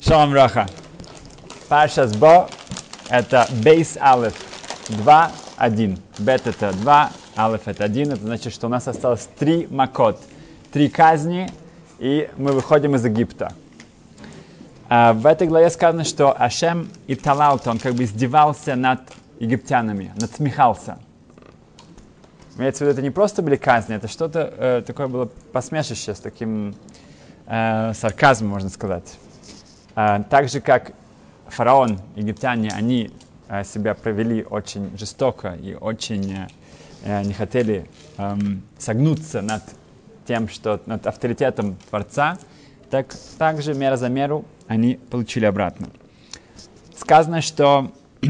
Шалом Роха. Паршас Бо – это бейс алеф 2, 1. Бет – это 2, алеф – это 1. Это значит, что у нас осталось 3 макот, 3 казни, и мы выходим из Египта. В этой главе сказано, что Ашем и Талалт, он как бы издевался над египтянами, надсмехался. Имеется в виду, это не просто были казни, это что-то такое было посмешище, с таким сарказмом, можно сказать. Так же, как фараон, египтяне, они себя провели очень жестоко и очень не хотели согнуться над тем, что над авторитетом Творца, так же мера за меру они получили обратно. Сказано, что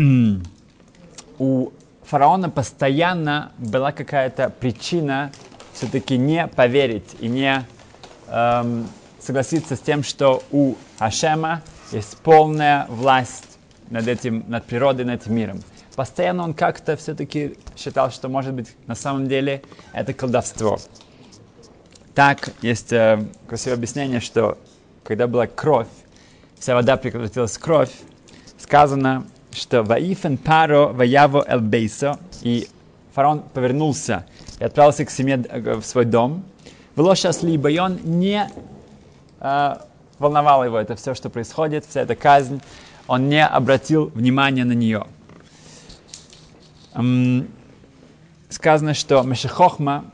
у фараона постоянно была какая-то причина все-таки не поверить и не согласиться с тем, что у Ашема есть полная власть над природой, над этим миром. Постоянно он как-то все-таки считал, что, может быть, на самом деле это колдовство. Так, есть красивое объяснение, что когда была кровь, вся вода превратилась в кровь, сказано, что «Ваифен паро ваяво эл бейсо», и фараон повернулся и отправился к семье в свой дом. «Вело шасли байон», не волновало его это все, что происходит, вся эта казнь, он не обратил внимания на нее. Сказано, что Мешехохма,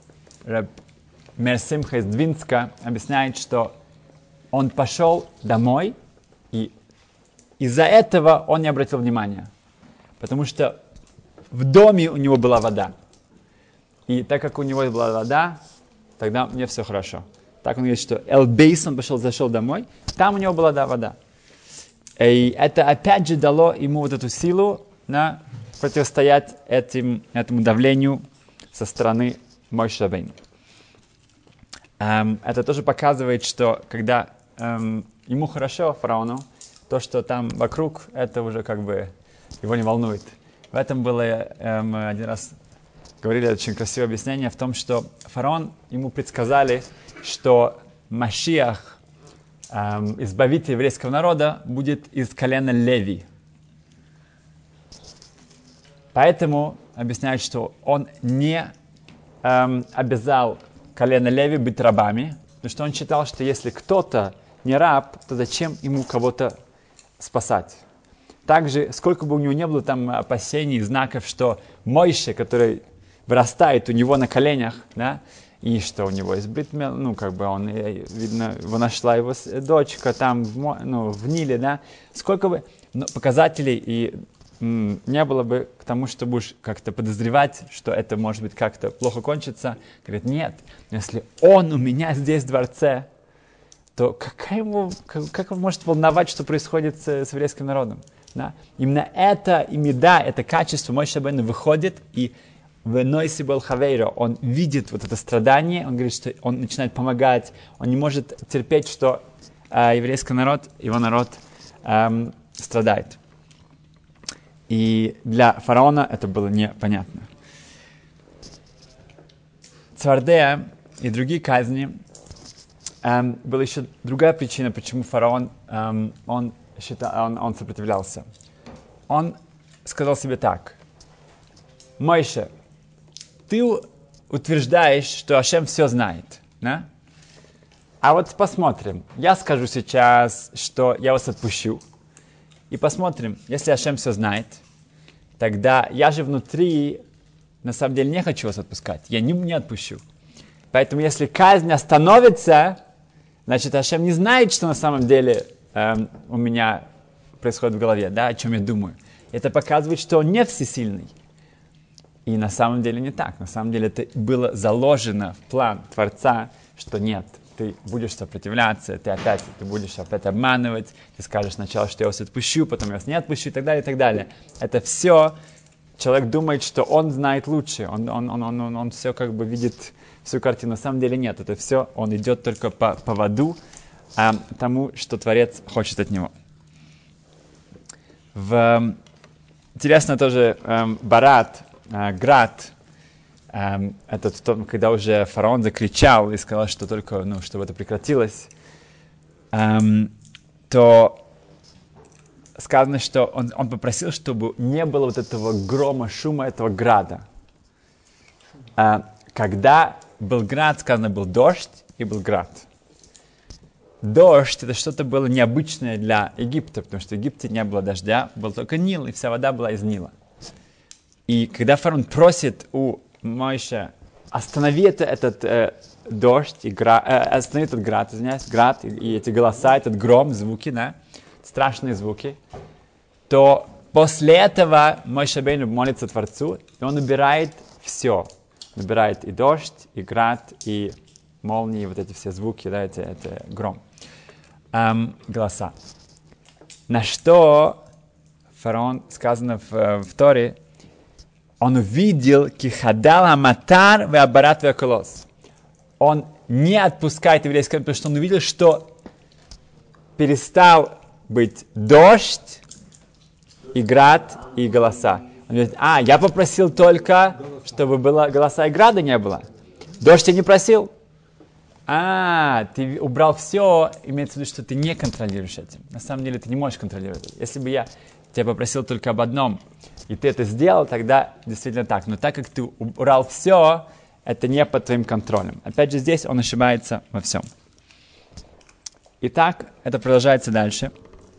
Мер Симха из Двинска, объясняет, что он пошел домой, и из-за этого он не обратил внимания, потому что в доме у него была вода. И так как у него была вода, тогда мне все хорошо. Так он говорит, что Эл-Бейс, он зашел домой, там у него была вода. И это опять же дало ему вот эту силу противостоять этому давлению со стороны Моше Рабейну. Это тоже показывает, что когда ему хорошо, фараону, то, что там вокруг, это уже как бы его не волнует. В этом было, мы один раз говорили, очень красивое объяснение в том, что фараон, ему предсказали, что Машиах, избавитель еврейского народа, будет из колена Леви. Поэтому объясняют, что он не обязал колено Леви быть рабами, потому что он считал, что если кто-то не раб, то зачем ему кого-то спасать? Также, сколько бы у него не было там опасений, знаков, что Мойше, который вырастает у него на коленях, да, и что у него есть бритмел, он, видно, его нашла его дочка там в Ниле, да, сколько бы показателей и не было бы к тому, чтобы уж как-то подозревать, что это может быть как-то плохо кончится. Говорит, нет, если он у меня здесь в дворце, то как его может волновать, что происходит с еврейским народом? Да? Именно это меда, это качество Моше Рабейну выходит, и в Нойси Бол Хавейро он видит вот это страдание, он говорит, что он начинает помогать, он не может терпеть, что еврейский народ, его народ страдает. И для фараона это было непонятно. Цвардея и другие казни, была еще другая причина, почему фараон он сопротивлялся. Он сказал себе так: Мойше, ты утверждаешь, что Ашем все знает, да? А вот посмотрим. Я скажу сейчас, что я вас отпущу. И посмотрим, если Ашем все знает, тогда я же внутри, на самом деле, не хочу вас отпускать. Я не отпущу. Поэтому, если казнь остановится, значит, Ашем не знает, что на самом деле у меня происходит в голове, да, о чем я думаю. Это показывает, что он не всесильный. И на самом деле не так. На самом деле это было заложено в план Творца, что нет, ты будешь сопротивляться, ты будешь опять обманывать, ты скажешь сначала, что я вас отпущу, потом я вас не отпущу, и так далее, и так далее. Это все, человек думает, что он знает лучше, он все как бы видит всю картину. На самом деле нет, это все, он идет только по поводу тому, что Творец хочет от него. Интересно тоже Барат, Град, это когда уже фараон закричал и сказал, что только, чтобы это прекратилось. то сказано, что он попросил, чтобы не было вот этого грома, шума, этого града. Когда был град, сказано, был дождь и был град. Дождь — это что-то было необычное для Египта, потому что в Египте не было дождя, был только Нил, и вся вода была из Нила. И когда фараон просит у Моше: останови этот дождь, останови этот град, град, и эти голоса, этот гром, звуки, да, страшные звуки, то после этого Моше Рабейну молится Творцу, и он убирает все. Убирает и дождь, и град, и молнии, вот эти все звуки, да, это гром. Голоса. На что фараон, сказано в Торе, он увидел кихадала матар веабарат веаколос. Он не отпускает еврейский народ, потому что он увидел, что перестал быть дождь, и град, и голоса. Он говорит: я попросил только, чтобы было голоса и града не было. Дождь я не просил. Ты убрал все, имеется в виду, что ты не контролируешь этим. На самом деле ты не можешь контролировать. Если бы я тебя попросил только об одном, и ты это сделал, тогда действительно так. Но так как ты убрал все, это не под твоим контролем. Опять же, здесь он ошибается во всем. Итак, это продолжается дальше.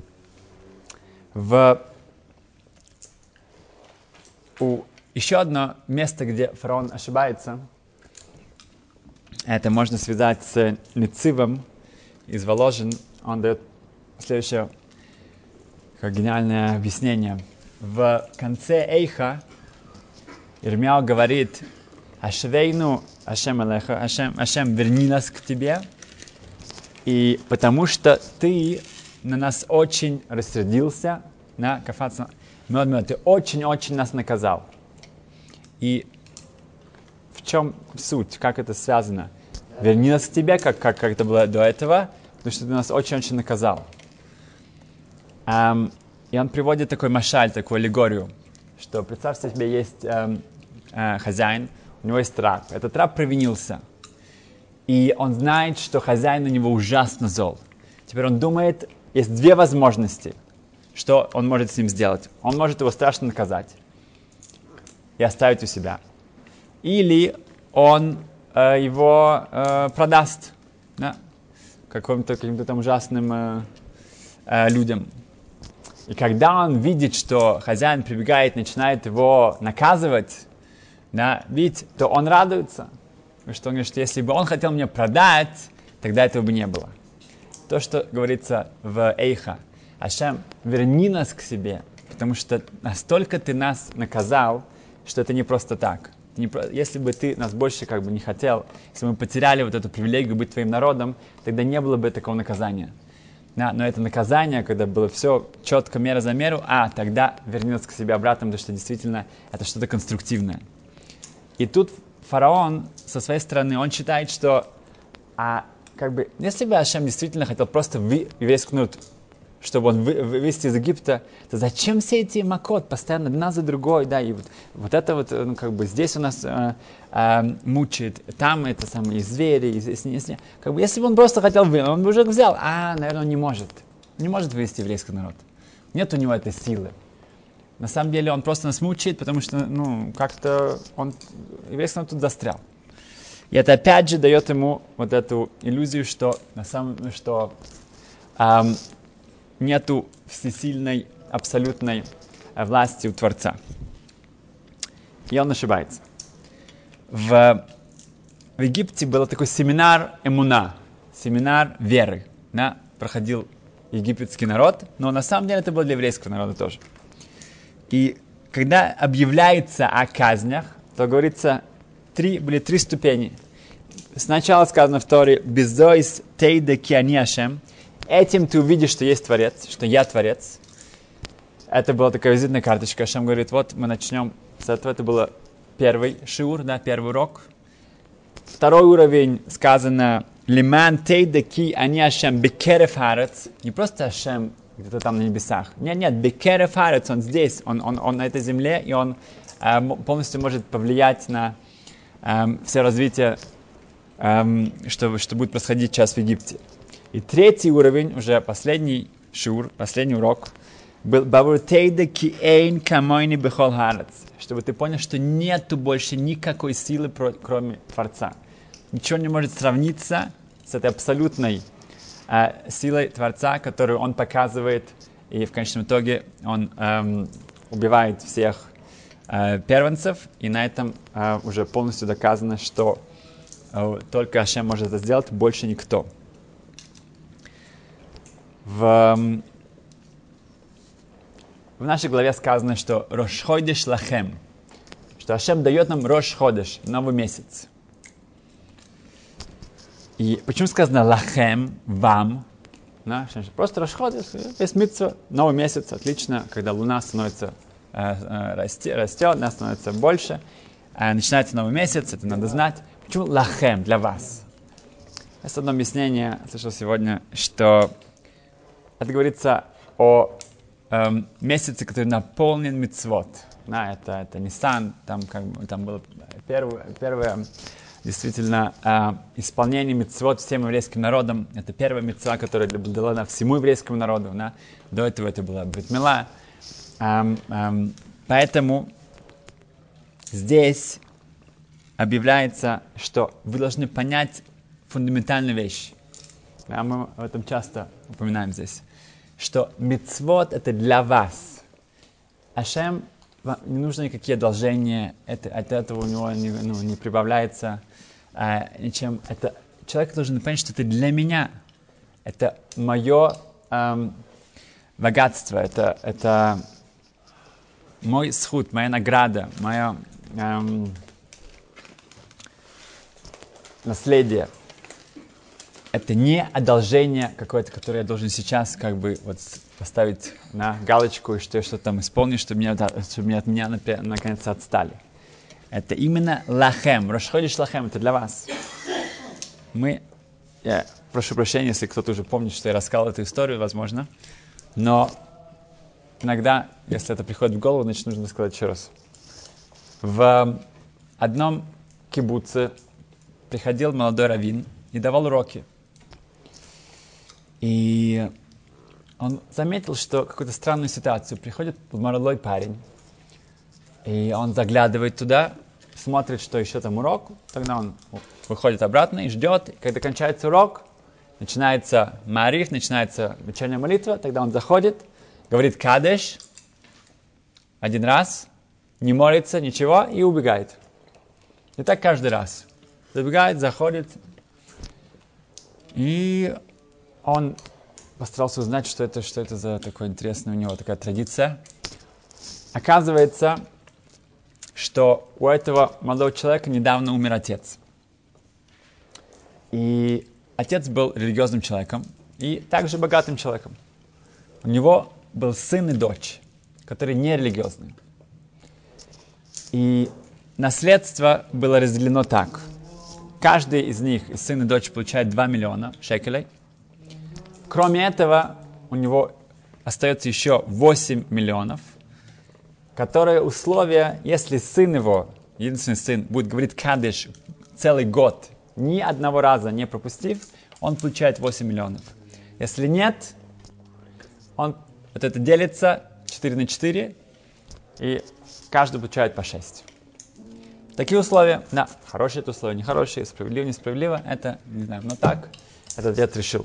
Еще одно место, где фараон ошибается, это можно связать с Нецивом из Воложен. Он дает следующее гениальное объяснение. В конце Эйха Ирмияу говорит: «Ашвейну Ашем Элеха, Ашем, верни нас к тебе, и потому что ты на нас очень рассердился, на Кафаца, ты очень-очень нас наказал». И в чем суть, как это связано? Верни нас к тебе, как это было до этого, потому что ты нас очень-очень наказал. И он приводит такой машаль, такую аллегорию, что представьте себе, есть хозяин, у него есть раб. Этот раб провинился. И он знает, что хозяин у него ужасно зол. Теперь он думает, есть две возможности, что он может с ним сделать. Он может его страшно наказать и оставить у себя. Или он его продаст, да, каким-то там ужасным людям. И когда он видит, что хозяин прибегает, начинает его наказывать, да, видите, то он радуется. Потому что он говорит, что если бы он хотел мне продать, тогда этого бы не было. То, что говорится в Эйха: Ашем, верни нас к себе, потому что настолько ты нас наказал, что это не просто так. Если бы ты нас больше не хотел, если бы мы потеряли вот эту привилегию быть твоим народом, тогда не было бы такого наказания. Да, но это наказание, когда было все четко, мера за меру, тогда верни нас к себе обратно, потому что действительно это что-то конструктивное. И тут фараон со своей стороны, он считает, что если бы Ашем действительно хотел просто еврейский народ, чтобы он вывести из Египта, то зачем все эти макот постоянно одна за другой, да, и вот это вот, здесь у нас мучает, там это самые и звери, и здесь, если бы он просто хотел он бы уже взял, наверное, он не может вывести еврейский народ. Нет у него этой силы. На самом деле он просто нас мучает, потому что, как-то еврейский народ тут застрял. И это опять же дает ему вот эту иллюзию, что нету всесильной, абсолютной власти у Творца. И он ошибается. В Египте был такой семинар эмуна, семинар веры. Да? Проходил египетский народ, но на самом деле это было для еврейского народа тоже. И когда объявляется о казнях, то говорится, были три ступени. Сначала сказано в Торе: «Безоис тейде ки ани Ашем». Этим ты увидишь, что есть Творец, что я Творец. Это была такая визитная карточка. Ашем говорит, вот мы начнем с этого. Это был первый шиур, да, первый урок. Второй уровень сказано: «Лиман тейде ки ани Ашем бекерев харец». Не просто Ашем где-то там на небесах. Нет, бекерев харец, он здесь, он на этой земле, и он полностью может повлиять на все развитие, что будет происходить сейчас в Египте. И третий уровень, уже последний шур, последний урок, был «Бавуртейда киэйн камойни бехол харец», чтобы ты понял, что нету больше никакой силы, кроме Творца. Ничего не может сравниться с этой абсолютной силой Творца, которую Он показывает, и в конечном итоге Он убивает всех первенцев, и на этом уже полностью доказано, что только Ашем может это сделать, больше никто. В нашей главе сказано, что Рош Ходеш Лахем, что Ашем дает нам Рош Ходеш, новый месяц. И почему сказано Лахем, вам? Да? Просто Рош Ходеш, есть митцва, новый месяц, отлично, когда луна становится растет, она становится больше, начинается новый месяц, это надо знать. Почему Лахем, для вас? Есть одно объяснение, слышал сегодня, что это говорится о месяце, который наполнен мицвот. Да, это Нисан, там было первое действительно исполнение мицвот всем еврейским народом. Это первая мицва, которая была дана всему еврейскому народу. Да? До этого это была Брит Мила. Поэтому здесь объявляется, что вы должны понять фундаментальную вещь. Да, мы об этом часто упоминаем здесь. Что мицвот это для вас. Ашем, вам не нужно никакие одолжения, от этого у него не прибавляется ничем. Человек должен понять, что это для меня. Это мое богатство, это мой схуд, моя награда, мое наследие. Это не одолжение какое-то, которое я должен сейчас поставить на галочку, и что я что-то там исполню, чтобы от меня наконец отстали. Это именно лахем. Рош Ходеш лахем, это для вас. Я прошу прощения, если кто-то уже помнит, что я рассказал эту историю, возможно. Но иногда, если это приходит в голову, значит, нужно сказать еще раз. В одном кибуце приходил молодой раввин и давал уроки. И он заметил, что какую-то странную ситуацию. Приходит молодой парень, и он заглядывает туда, смотрит, что еще там урок. Тогда он выходит обратно и ждет. И когда кончается урок, начинается Маариф, начинается вечерняя молитва. Тогда он заходит, говорит Кадеш один раз, не молится, ничего, и убегает. И так каждый раз. Забегает, заходит. И он постарался узнать, что это за такое интересное у него такая традиция. Оказывается, что у этого молодого человека недавно умер отец. И отец был религиозным человеком и также богатым человеком. У него был сын и дочь, которые не религиозные. И наследство было разделено так. Каждый из них, сын и дочь, получает 2 миллиона шекелей. Кроме этого, у него остается еще 8 миллионов, которые условия, если сын его, единственный сын, будет говорить кадеш целый год, ни одного раза не пропустив, он получает 8 миллионов. Если нет, он вот это делится 4 на 4, и каждый получает по 6. Такие условия, да, хорошие это условия, нехорошие, справедливо, несправедливо, это, не знаю, но так, этот дед решил.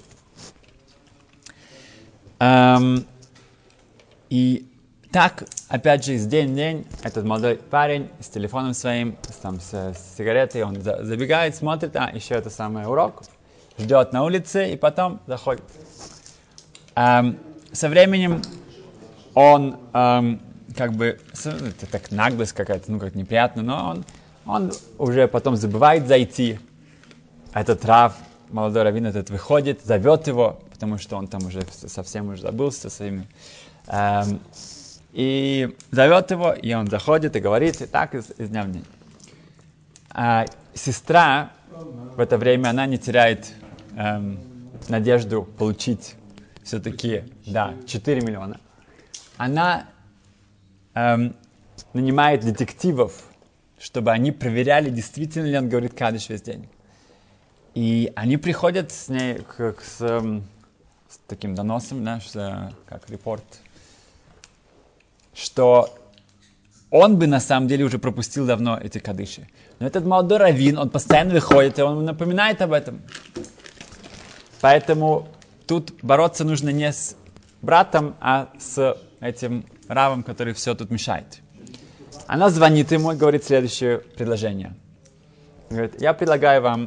И так, опять же, из день в день, этот молодой парень с телефоном своим, с сигаретой, он забегает, смотрит, еще это самый урок, ждет на улице и потом заходит. Со временем он, это так наглость какая-то, как неприятно, но он уже потом забывает зайти. Этот рав, молодой раввин этот выходит, зовет его, потому что он там уже совсем уже забылся своими. И зовет его, и он заходит и говорит, и так из дня в день. Сестра в это время, она не теряет надежду получить все-таки, 4 миллиона. Она нанимает детективов, чтобы они проверяли, действительно ли он говорит кадиш весь день. И они приходят с ней с таким доносом, да, как репорт, что он бы на самом деле уже пропустил давно эти кадыши. Но этот молодой раввин, он постоянно выходит, и он напоминает об этом. Поэтому тут бороться нужно не с братом, а с этим равом, который все тут мешает. Она звонит ему и говорит следующее предложение. Говорит, я предлагаю вам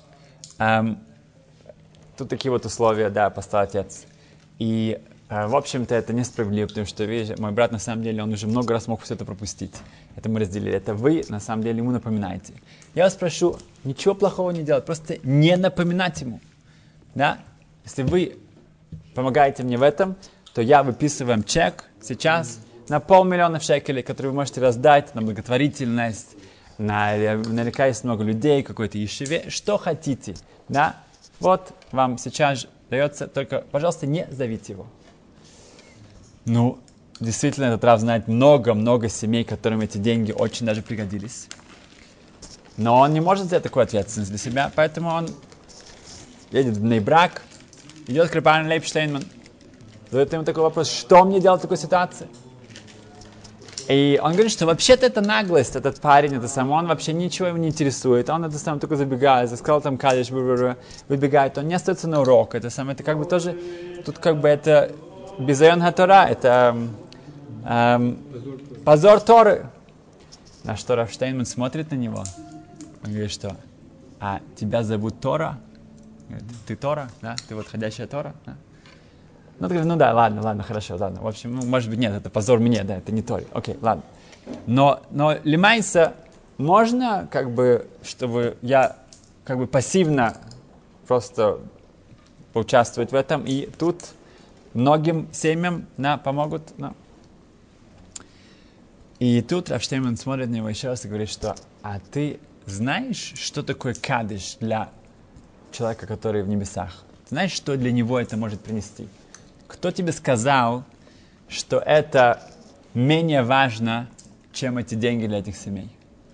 тут такие вот условия, да, постал отец. И, в общем-то, это несправедливо, потому что, видишь, мой брат, на самом деле, он уже много раз мог все это пропустить. Это мы разделили. Это вы, на самом деле, ему напоминаете. Я вас прошу, ничего плохого не делать, просто не напоминать ему. Да? Если вы помогаете мне в этом, то я выписываю чек сейчас на 500 000 шекелей, которые вы можете раздать на благотворительность, наверняка есть много людей, какой-то ешиве, что хотите. Да? Вот вам сейчас дается, только, пожалуйста, не зовите его. Ну, действительно, этот рав знает много-много семей, которым эти деньги очень даже пригодились. Но он не может взять такую ответственность для себя, поэтому он едет в Бней-Брак, идет к Ребану Лейб Штейнман, задает ему такой вопрос, что мне делать в такой ситуации? И он говорит, что вообще-то это наглость, этот парень, это сам, он вообще ничего его не интересует, он это сам только забегает, сказал там кадиш, выбегает, он не остается на урок, это сам, это как бы тоже, тут как бы это бизайон ха-Тора, это позор Торы. На что Рав Штейнман смотрит на него, он говорит, что, а тебя зовут Тора? Говорит, ты Тора, да, ты вот ходящая Тора, да? Ну, ты говоришь, ну да, ладно, хорошо, ладно. В общем, ну, может быть, нет, это позор мне, да, это не Торе. Окей, ладно. Но лимайса можно, как бы, чтобы я, как бы, пассивно просто поучаствовать в этом, и тут многим семьям помогут. No. И тут Рав Штейнман смотрит на него еще раз и говорит, что, а ты знаешь, что такое кадиш для человека, который в небесах? Знаешь, что для него это может принести? Кто тебе сказал, что это менее важно, чем эти деньги для этих семей?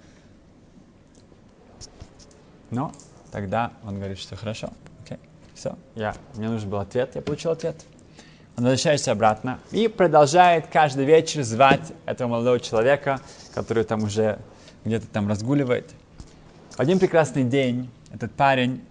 Ну, тогда он говорит, что хорошо, окей, все, мне нужен был ответ, я получил ответ. Он возвращается обратно и продолжает каждый вечер звать этого молодого человека, который там уже где-то там разгуливает. В один прекрасный день этот парень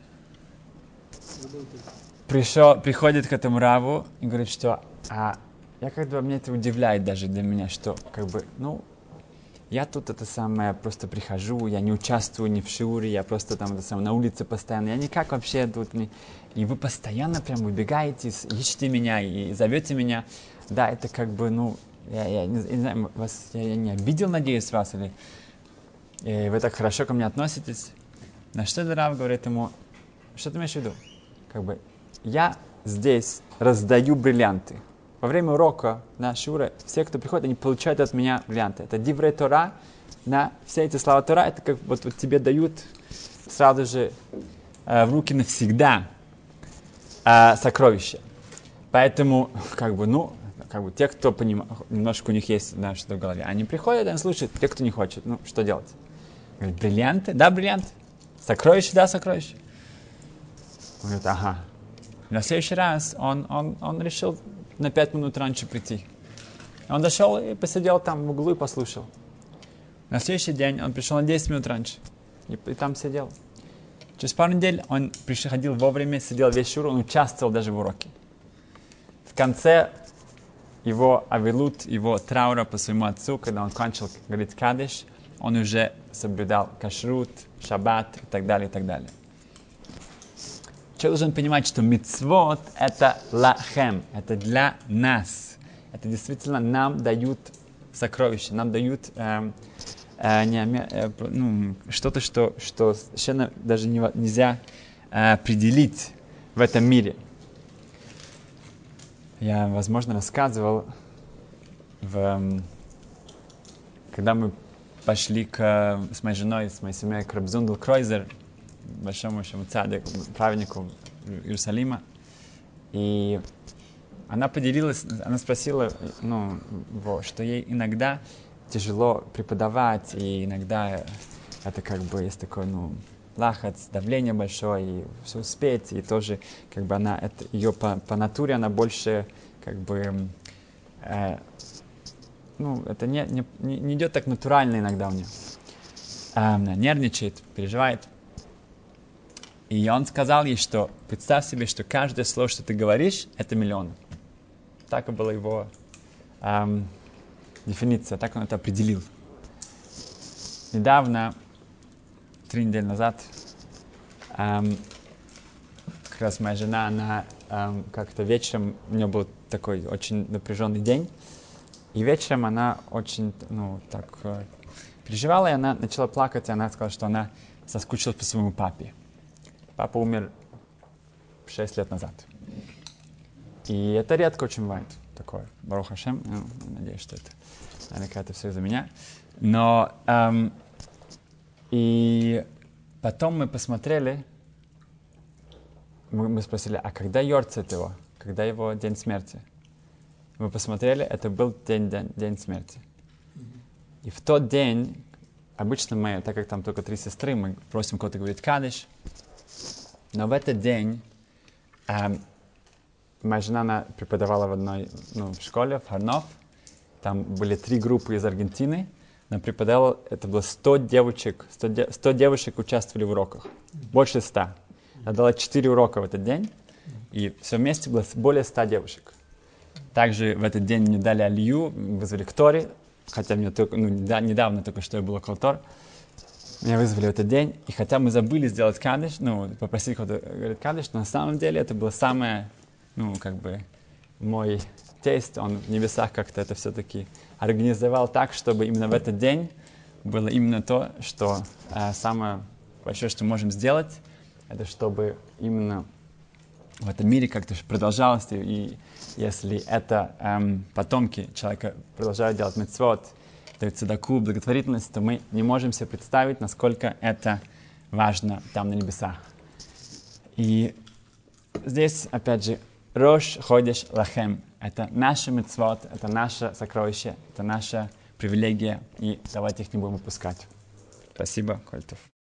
приходит к этому раву и говорит, что я как-то, мне это удивляет даже для меня, что как бы, ну, я тут это самое просто прихожу, я не участвую ни в шиуре, я просто там это самое, на улице постоянно, я никак вообще тут не... И вы постоянно прям выбегаете, ищете меня и зовете меня. Да, это как бы, ну, я не знаю, я не обидел, надеюсь, вас, или вы так хорошо ко мне относитесь. На что Рав говорит ему, что ты имеешь в виду? Как бы, я здесь раздаю бриллианты. Во время урока на шуре все, кто приходит, они получают от меня бриллианты. Это диврей Тора, все эти слова Тора, это как вот тебе дают сразу же в руки навсегда сокровища. Поэтому, как бы, те, кто понимает, немножко у них есть, что в голове, они приходят, они слушают, те, кто не хочет, что делать? Говорит, бриллианты? Да, бриллианты. Сокровища? Да, сокровища. Он говорит, ага. На следующий раз он решил на 5 минут раньше прийти. Он дошел и посидел там в углу и послушал. На следующий день он пришел на 10 минут раньше. И там сидел. Через пару недель он приходил вовремя, сидел весь шур, он участвовал даже в уроке. В конце его авилут, его траура по своему отцу, когда он кончил говорить кадиш, он уже соблюдал кашрут, шаббат и так далее, и так далее. Человек должен понимать, что мицвот – это лахем, это для нас. Это действительно нам дают сокровища, нам дают что-то, что совершенно даже нельзя определить в этом мире. Я, возможно, рассказывал, когда мы пошли с моей женой, с моей семьей к Раб Зундел Кройзер, большому цадику, праведнику Иерусалима, и она поделилась, она спросила, что ей иногда тяжело преподавать, и иногда это как бы есть такое, лахац, давление большое, и все успеть, и тоже, как бы она, это, ее по натуре, она больше, как бы, это не идет так натурально иногда у нее. Она нервничает, переживает. И он сказал ей, что представь себе, что каждое слово, что ты говоришь, это миллион. Так и была его дефиниция, так он это определил. Недавно, 3 недели назад, как раз моя жена, она как-то вечером, у нее был такой очень напряженный день, и вечером она очень, переживала, и она начала плакать, и она сказала, что она соскучилась по своему папе. Папа умер 6 лет назад. И это редко очень бывает такое. Барух Ашем, надеюсь, что это, наверняка, это все из-за меня. Но, и потом мы посмотрели, мы спросили, а когда йорцет его? Когда его день смерти? Мы посмотрели, это был день смерти. И в тот день, обычно мы, так как там только 3 сестры, мы просим кого-то говорить кадиш. Но в этот день моя жена, она преподавала в одной школе, в Харнов. Там были 3 группы из Аргентины. Она преподавала, это было 100 девочек, 100 девушек участвовали в уроках. Больше 100. Она дала 4 урока в этот день. И все вместе было более 100 девушек. Также в этот день мне дали алию, вызвали к Торе. Хотя мне только, недавно только что я был около Тор. Меня вызвали в этот день, и хотя мы забыли сделать кадиш, попросили кого-то говорить кадиш, но на самом деле это было самое, мой тесть, он в небесах как-то это все-таки организовал так, чтобы именно в этот день было именно то, что самое большое, что мы можем сделать, это чтобы именно в этом мире как-то продолжалось, и если это потомки человека продолжают делать мицвот, дают цедаку, благотворительность, то мы не можем себе представить, насколько это важно там на небесах. И здесь, опять же, Рош Ходеш Лахем. Это наше мицвот, это наше сокровище, это наша привилегия, и давайте их не будем упускать. Спасибо, Кольтов.